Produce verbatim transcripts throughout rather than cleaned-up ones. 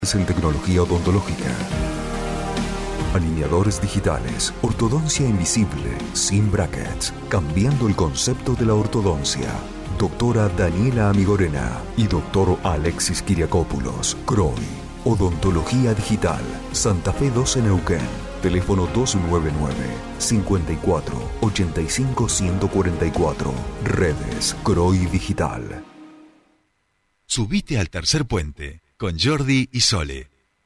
En tecnología odontológica, alineadores digitales, ortodoncia invisible, sin brackets, cambiando el concepto de la ortodoncia. Doctora Daniela Amigorena y doctor Alexis Kiriakopoulos, Croy, Odontología Digital, Santa Fe doce Neuquén, teléfono dos nueve nueve, cinco cuatro, ocho cinco uno cuatro cuatro, redes Croy Digital. Subite al tercer puente con Jordi y Sole.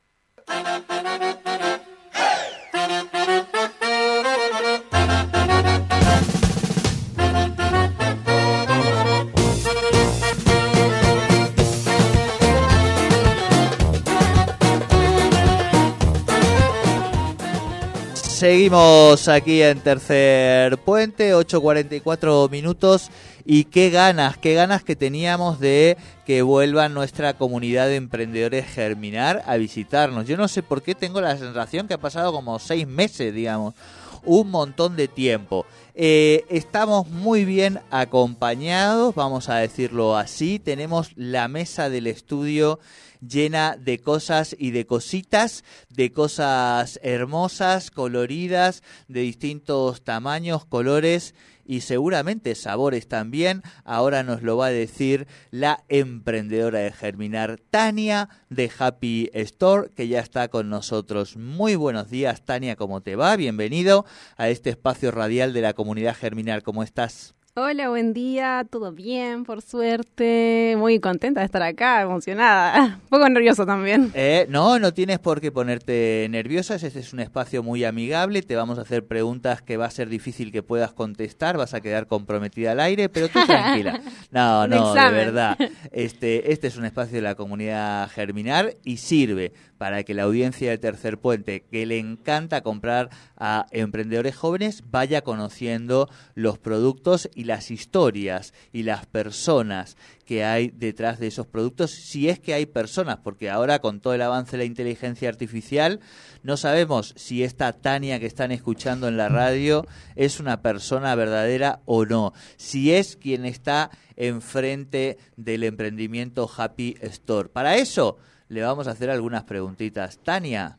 Seguimos aquí en Tercer Puente, ocho cuarenta y cuatro minutos, y qué ganas, qué ganas que teníamos de que vuelva nuestra comunidad de emprendedores Germinar a visitarnos. Yo no sé por qué tengo la sensación que ha pasado como seis meses, digamos, un montón de tiempo. Eh, estamos muy bien acompañados, vamos a decirlo así. Tenemos la mesa del estudio llena de cosas y de cositas, de cosas hermosas, coloridas, de distintos tamaños, colores y seguramente sabores también. Ahora nos lo va a decir la emprendedora de Germinar, Tania de Happy Store, que ya está con nosotros. Muy buenos días, Tania, ¿cómo te va? Bienvenido a este espacio radial de la comunidad Germinar. ¿Cómo estás? Hola, buen día, todo bien, por suerte, muy contenta de estar acá, emocionada, un poco nerviosa también. Eh, no, no tienes por qué ponerte nerviosa, este es un espacio muy amigable, te vamos a hacer preguntas que va a ser difícil que puedas contestar, vas a quedar comprometida al aire, pero tú tranquila. No, no, de verdad, este, este es un espacio de la comunidad Germinar y sirve para que la audiencia de Tercer Puente, que le encanta comprar a emprendedores jóvenes, vaya conociendo los productos y las historias y las personas que hay detrás de esos productos, si es que hay personas, porque ahora con todo el avance de la inteligencia artificial no sabemos si esta Tania que están escuchando en la radio es una persona verdadera o no, si es quien está enfrente del emprendimiento Happy Store. Para eso le vamos a hacer algunas preguntitas. Tania,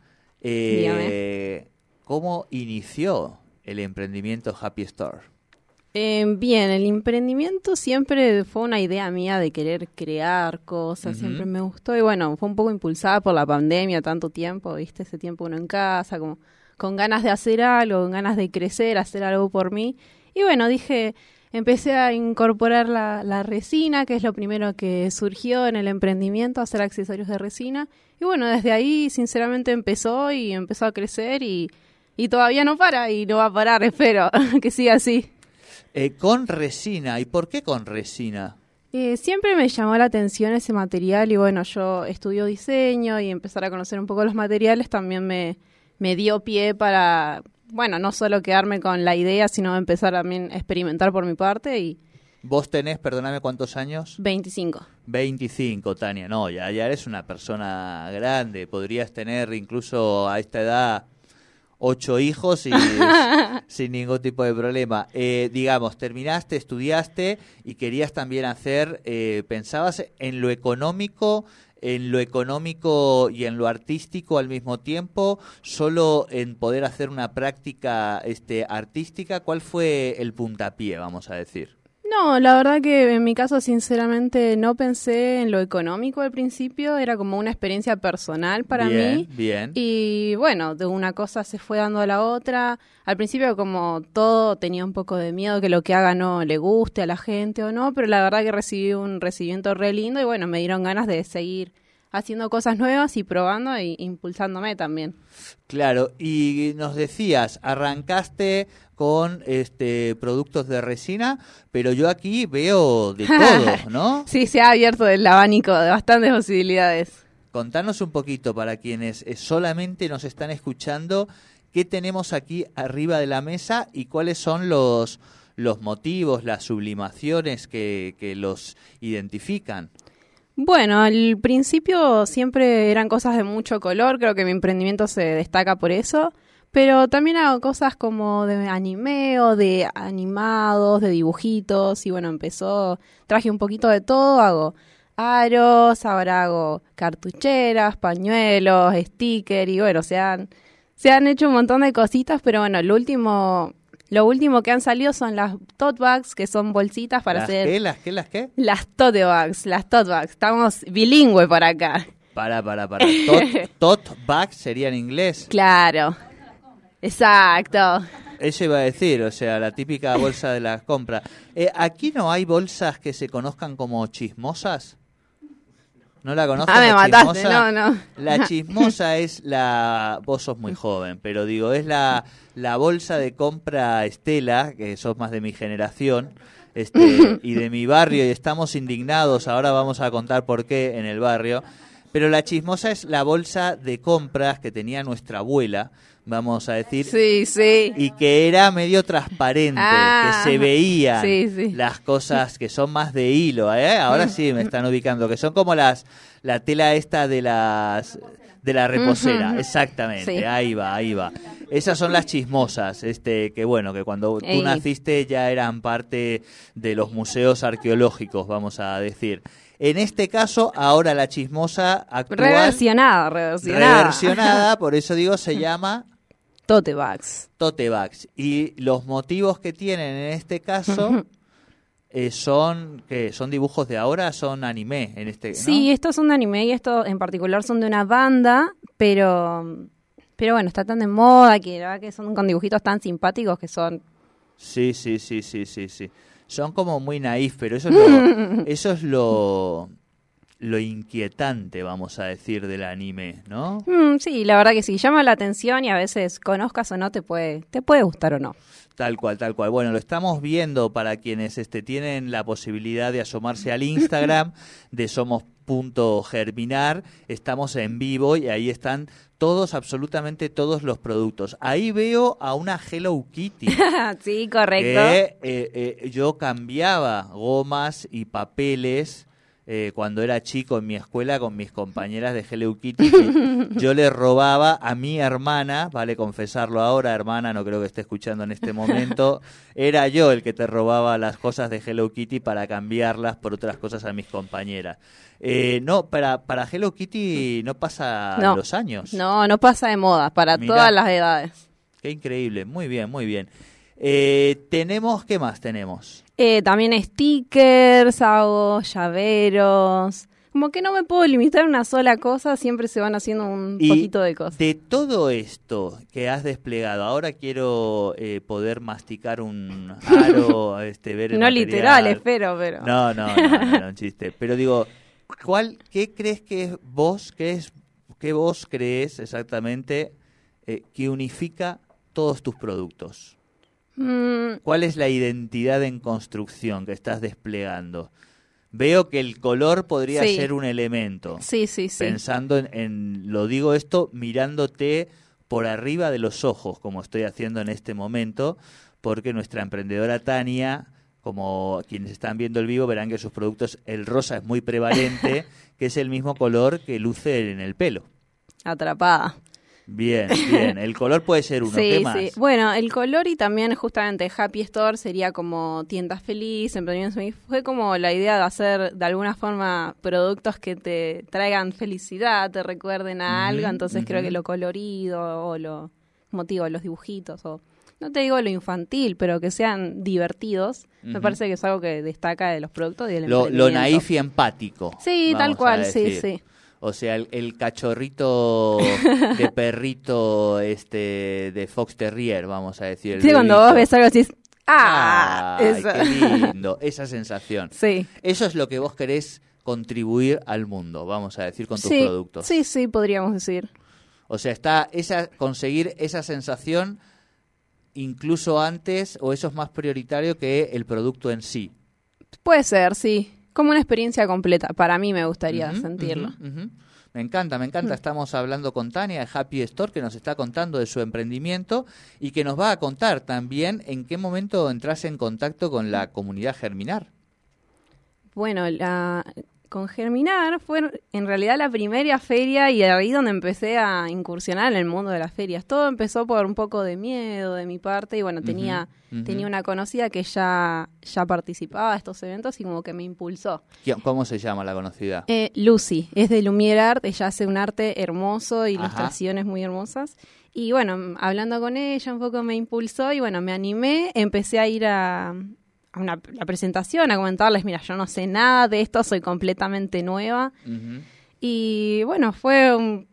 eh, ¿cómo inició el emprendimiento Happy Store? Eh, bien, el emprendimiento siempre fue una idea mía de querer crear cosas, uh-huh. Siempre me gustó y bueno, fue un poco impulsada por la pandemia, tanto tiempo, viste, ese tiempo uno en casa, como con ganas de hacer algo, con ganas de crecer, hacer algo por mí. Y bueno, dije, empecé a incorporar la, la resina, que es lo primero que surgió en el emprendimiento, hacer accesorios de resina. Y bueno, desde ahí sinceramente empezó y empezó a crecer y, y todavía no para y no va a parar, espero que siga así. Eh, con resina, ¿y por qué con resina? Eh, siempre me llamó la atención ese material y bueno, yo estudio diseño y empezar a conocer un poco los materiales también me, me dio pie para, bueno, no solo quedarme con la idea, sino empezar también a experimentar por mi parte. Y ¿vos tenés, perdóname, cuántos años? veinticinco. veinticinco, Tania, no, ya, ya eres una persona grande, podrías tener incluso a esta edad ocho hijos y sin ningún tipo de problema. Eh, digamos, terminaste, estudiaste y querías también hacer, eh, pensabas en lo económico, en lo económico y en lo artístico al mismo tiempo, solo en poder hacer una práctica este, artística. ¿Cuál fue el puntapié, vamos a decir? No, la verdad que en mi caso sinceramente no pensé en lo económico al principio, era como una experiencia personal para bien, mí. Bien, Y bueno, de una cosa se fue dando a la otra. Al principio como todo tenía un poco de miedo que lo que haga no le guste a la gente o no, pero la verdad que recibí un recibimiento re lindo y bueno, me dieron ganas de seguir haciendo cosas nuevas y probando e impulsándome también. Claro, y nos decías, arrancaste con este productos de resina, pero yo aquí veo de todo, ¿no? Sí, se ha abierto el abanico de bastantes posibilidades. Contanos un poquito para quienes solamente nos están escuchando, qué tenemos aquí arriba de la mesa y cuáles son los, los motivos, las sublimaciones que, que los identifican. Bueno, al principio siempre eran cosas de mucho color, creo que mi emprendimiento se destaca por eso, pero también hago cosas como de anime o de animados, de dibujitos, y bueno, empezó, traje un poquito de todo, hago aros, ahora hago cartucheras, pañuelos, stickers y bueno, se han, se han hecho un montón de cositas, pero bueno, lo último, lo último que han salido son las tote bags, que son bolsitas para ¿Las hacer... qué? ¿Las qué? ¿Las qué? Las tote bags, las tote bags. Estamos bilingüe por acá. Para, para, para. Tot, tot bag sería en inglés. Claro. Exacto. Eso iba a decir, o sea, la típica bolsa de la compra. Eh, ¿Aquí no hay bolsas que se conozcan como chismosas? ¿No la conozco? Ah, me la mataste, chismosa? no, no. La chismosa es la... Vos sos muy joven, pero digo, es la, la bolsa de compra Estela, que sos más de mi generación, este, y de mi barrio, y estamos indignados, ahora vamos a contar por qué en el barrio. Pero la chismosa es la bolsa de compras que tenía nuestra abuela, vamos a decir, Sí, sí. y que era medio transparente, Ah, que se veían sí, sí. las cosas que son más de hilo, ¿eh? Ahora sí me están ubicando, que son como las la tela esta de las de la reposera, Ujú. exactamente, Sí. ahí va, ahí va. Esas son las chismosas, este, que bueno, que cuando tú Ey. naciste ya eran parte de los museos arqueológicos, vamos a decir. En este caso, ahora la chismosa actual, Reversionada, reversionada. reversionada, por eso digo, se llama Tote bags. tote bags. Y los motivos que tienen en este caso eh, son que son dibujos de ahora, son anime en este, ¿no? Sí, estos son de anime y estos en particular son de una banda, pero pero bueno, está tan de moda que la verdad que son con dibujitos tan simpáticos que son... Sí, sí, sí, sí, sí, sí. Son como muy naif, pero eso es lo, eso es lo, lo inquietante, vamos a decir, del anime, ¿no? Mm, sí, la verdad que sí, llama la atención y a veces conozcas o no te puede te puede gustar o no. Tal cual, tal cual. Bueno, lo estamos viendo para quienes este, tienen la posibilidad de asomarse al Instagram de somos.germinar. Estamos en vivo y ahí están todos, absolutamente todos los productos. Ahí veo a una Hello Kitty. Sí, correcto. Que eh, eh, yo cambiaba gomas y papeles eh, cuando era chico en mi escuela con mis compañeras de Hello Kitty. Que yo le robaba a mi hermana, vale confesarlo ahora, hermana, no creo que esté escuchando en este momento, era yo el que te robaba las cosas de Hello Kitty para cambiarlas por otras cosas a mis compañeras. Eh, no, para, para Hello Kitty no pasa No. los años. No, no pasa de moda para Mirá. todas las edades. Qué increíble, muy bien, muy bien. Eh, tenemos, ¿qué más tenemos? Eh, también stickers, hago llaveros. Como que no me puedo limitar a una sola cosa, siempre se van haciendo un Y poquito de cosas. De todo esto que has desplegado, ahora quiero eh, poder masticar un aro, este, ver el No material. literal, espero, pero... No, no, no, no, no, un chiste. Pero digo, ¿cuál, qué crees que es vos, qué es, qué vos crees exactamente eh, que unifica todos tus productos? Mm, ¿Cuál es la identidad en construcción que estás desplegando? Veo que el color podría Sí. ser un elemento. sí, sí, sí. Pensando en, en, lo digo esto mirándote por arriba de los ojos, como estoy haciendo en este momento, porque nuestra emprendedora Tania, como quienes están viendo el vivo, verán que sus productos, el rosa es muy prevalente, que es el mismo color que luce en el pelo. Atrapada. Bien, bien. El color puede ser uno. Sí, ¿Qué más? sí. Bueno, el color y también justamente Happy Store sería como tiendas feliz, emprendimientos feliz. Fue como la idea de hacer de alguna forma productos que te traigan felicidad, te recuerden a Ujú, algo. Entonces creo ujú. que lo colorido o lo motivo, los dibujitos o no te digo lo infantil, pero que sean divertidos. Me Ujú. parece que es algo que destaca de los productos y del Lo, lo emprendimiento. naif y empático. Sí, vamos tal a cual, sí, decir. sí. O sea, el, el cachorrito de perrito este de Fox Terrier, vamos a decir. el Sí, cuando bebito. vos ves algo así, ¡ah! Ay, Eso. qué lindo, esa sensación. Sí. Eso es lo que vos querés contribuir al mundo, vamos a decir, con tus Sí, productos. sí, sí, podríamos decir. O sea, está esa conseguir esa sensación incluso antes, o eso es más prioritario que el producto en sí. Puede ser, sí. Como una experiencia completa. Para mí me gustaría Ujú, sentirlo. ujú, ujú. Me encanta, me encanta. Estamos hablando con Tania de Happy Store, que nos está contando de su emprendimiento y que nos va a contar también en qué momento entras en contacto con la comunidad Germinar. Bueno, la con Germinar fue en realidad la primera feria y ahí donde empecé a incursionar en el mundo de las ferias. Todo empezó por un poco de miedo de mi parte y bueno, tenía, uh-huh, uh-huh. tenía una conocida que ya, ya participaba de estos eventos y como que me impulsó. ¿Cómo se llama la conocida? Eh, Lucy, es de Lumière Art, ella hace un arte hermoso, ilustraciones Ajá. muy hermosas. Y bueno, hablando con ella un poco me impulsó y bueno, me animé, empecé a ir a... a una la presentación, a comentarles, mira, yo no sé nada de esto, soy completamente nueva. Uh-huh. Y bueno, fue un,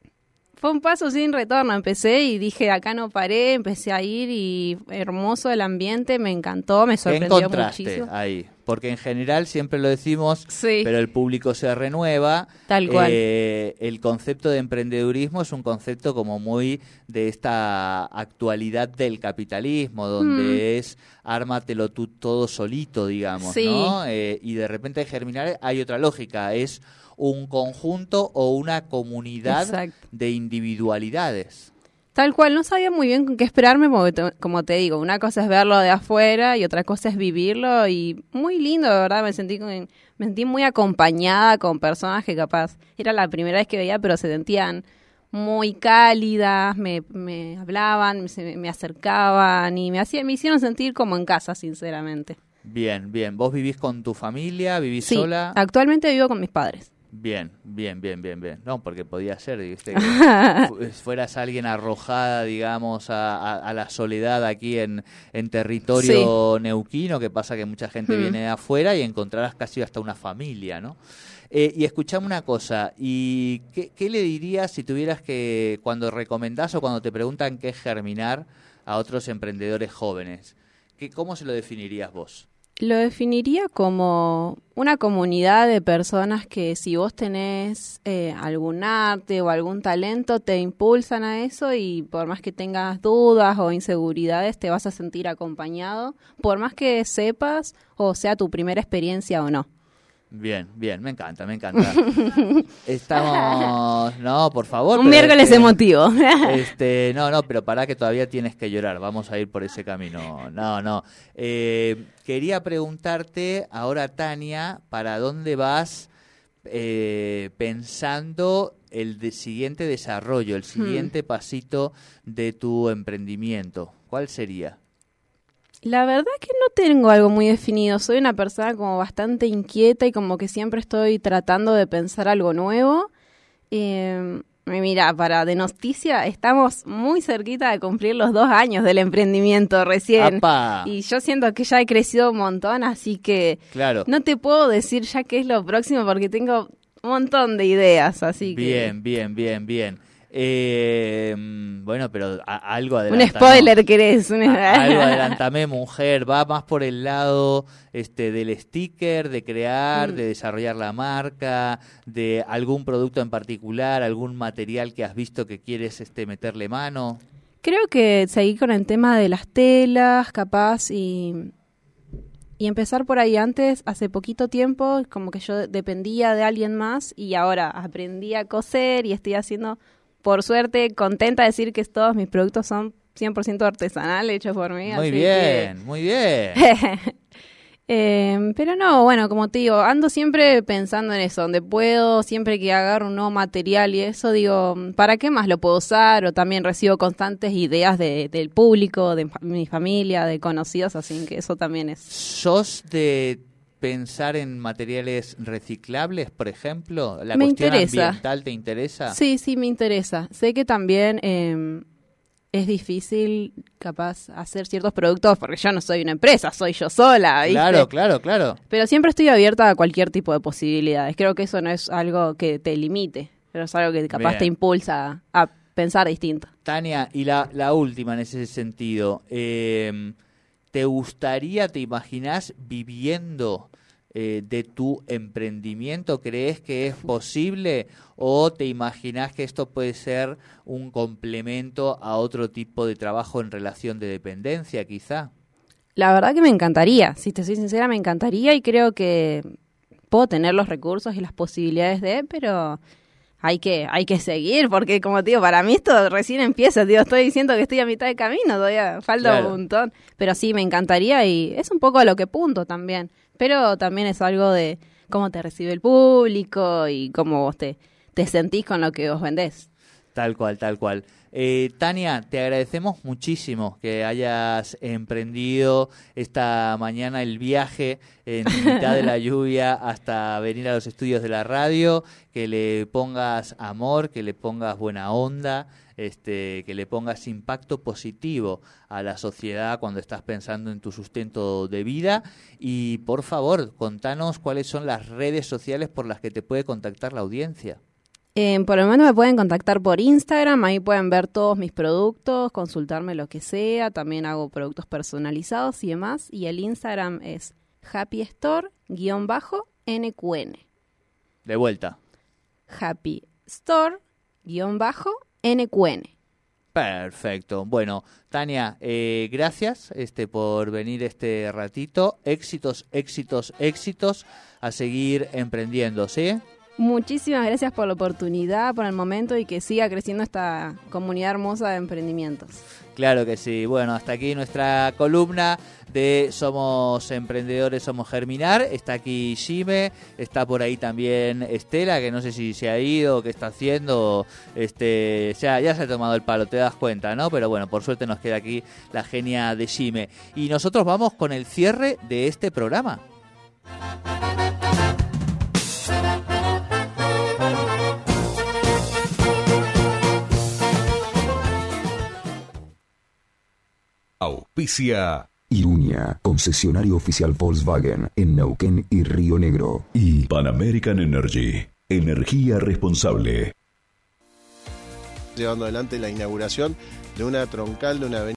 fue un paso sin retorno. Empecé y dije, acá no paré, empecé a ir y hermoso el ambiente, me encantó, me sorprendió ¿Qué encontraste muchísimo. Ahí? Porque en general siempre lo decimos, sí. pero el público se renueva. Tal cual. Eh, el concepto de emprendedurismo es un concepto como muy de esta actualidad del capitalismo, donde mm. es ármatelo tú todo solito, digamos, sí. ¿no? Eh, y de repente en Germinar hay otra lógica, es un conjunto o una comunidad Exacto. de individualidades. Tal cual, no sabía muy bien con qué esperarme, porque te, como te digo, una cosa es verlo de afuera y otra cosa es vivirlo, y muy lindo, de verdad, me sentí con, me sentí muy acompañada con personas que capaz, era la primera vez que veía, pero se sentían muy cálidas, me, me hablaban, me, me acercaban y me, hacían, me hicieron sentir como en casa, sinceramente. Bien, bien. ¿Vos vivís con tu familia? ¿Vivís sí, sola? Actualmente vivo con mis padres. Bien, bien, bien, bien, bien. No, porque podía ser, ¿viste? Que fueras alguien arrojada, digamos, a, a, a la soledad aquí en, en territorio sí. neuquino, que pasa que mucha gente mm. viene de afuera y encontrarás casi hasta una familia, ¿no? Eh, y escuchame una cosa, ¿y qué, qué le dirías si tuvieras que, cuando recomendás o cuando te preguntan qué es Germinar a otros emprendedores jóvenes, ¿qué, cómo se lo definirías vos? Lo definiría como una comunidad de personas que si vos tenés eh, algún arte o algún talento, te impulsan a eso y por más que tengas dudas o inseguridades, te vas a sentir acompañado, por más que sepas o sea tu primera experiencia o no. Bien, bien, me encanta, me encanta. Estamos, no, por favor. Un miércoles este, emotivo. Este, no, no, pero pará que todavía tienes que llorar, vamos a ir por ese camino. No, no. Eh, quería preguntarte ahora, Tania, ¿para dónde vas eh, pensando el de siguiente desarrollo, el siguiente hmm. pasito de tu emprendimiento? ¿Cuál sería? La verdad que no tengo algo muy definido. Soy una persona como bastante inquieta y como que siempre estoy tratando de pensar algo nuevo. Eh, mira, para de noticia, estamos muy cerquita de cumplir los dos años del emprendimiento recién. ¡Apa! Y yo siento que ya he crecido un montón, así que claro. no te puedo decir ya qué es lo próximo porque tengo un montón de ideas, así bien, que... Bien, bien, bien, bien. Eh, bueno, pero a, algo adelantame. Un spoiler querés. Un... A, algo adelantame, mujer. Va más por el lado este del sticker, de crear, mm. de desarrollar la marca, de algún producto en particular, algún material que has visto que quieres este meterle mano. Creo que seguir con el tema de las telas, capaz, y... Y empezar por ahí. Antes, hace poquito tiempo, como que yo dependía de alguien más y ahora aprendí a coser y estoy haciendo... Por suerte, contenta de decir que todos mis productos son cien por ciento artesanales, hechos por mí. Muy así bien, que... muy bien. eh, pero no, bueno, como te digo, ando siempre pensando en eso, donde puedo, siempre que agarro un nuevo material y eso, digo, ¿para qué más lo puedo usar? O también recibo constantes ideas de, del público, de mi familia, de conocidos, así que eso también es... ¿Sos de... pensar en materiales reciclables, por ejemplo? ¿La me cuestión interesa. ambiental te interesa? Sí, sí, me interesa. Sé que también eh, es difícil, capaz, hacer ciertos productos, porque yo no soy una empresa, soy yo sola, ¿viste? Claro, claro, claro. Pero siempre estoy abierta a cualquier tipo de posibilidades. Creo que eso no es algo que te limite, pero es algo que capaz Bien. te impulsa a pensar distinto. Tania, y la, la última en ese sentido, eh, ¿te gustaría, te imaginás viviendo eh, de tu emprendimiento? ¿Crees que es posible o te imaginás que esto puede ser un complemento a otro tipo de trabajo en relación de dependencia, quizá? La verdad que me encantaría, si te soy sincera, me encantaría y creo que puedo tener los recursos y las posibilidades de, pero... Hay que hay que seguir, porque como te digo, para mí esto recién empieza, tío. Estoy diciendo que estoy a mitad de camino, todavía falta claro. un montón. Pero sí, me encantaría y es un poco a lo que punto también. Pero también es algo de cómo te recibe el público y cómo vos te, te sentís con lo que vos vendés. Tal cual, tal cual. Eh, Tania, te agradecemos muchísimo que hayas emprendido esta mañana el viaje en mitad de la lluvia hasta venir a los estudios de la radio, que le pongas amor, que le pongas buena onda, este, que le pongas impacto positivo a la sociedad cuando estás pensando en tu sustento de vida. Y por favor, contanos cuáles son las redes sociales por las que te puede contactar la audiencia. Eh, por el momento me pueden contactar por Instagram, ahí pueden ver todos mis productos, consultarme lo que sea, también hago productos personalizados y demás, y el Instagram es happy store guión bajo N Q N. De vuelta. happy store guión bajo N Q N. Perfecto. Bueno, Tania, eh, gracias este, por venir este ratito. Éxitos, éxitos, éxitos. A seguir emprendiendo, ¿sí? Muchísimas gracias por la oportunidad, por el momento y que siga creciendo esta comunidad hermosa de emprendimientos. Claro que sí. Bueno, hasta aquí nuestra columna de Somos Emprendedores, Somos Germinar. Está aquí Jime, está por ahí también Estela, que no sé si se ha ido, qué está haciendo. Este, ya, ya se ha tomado el palo, te das cuenta, ¿no? Pero bueno, por suerte nos queda aquí la genia de Jime. Y nosotros vamos con el cierre de este programa. Auspicia Irunia, concesionario oficial Volkswagen en Neuquén y Río Negro. Y Pan American Energy, energía responsable. Llevando adelante la inauguración de una troncal de una avenida.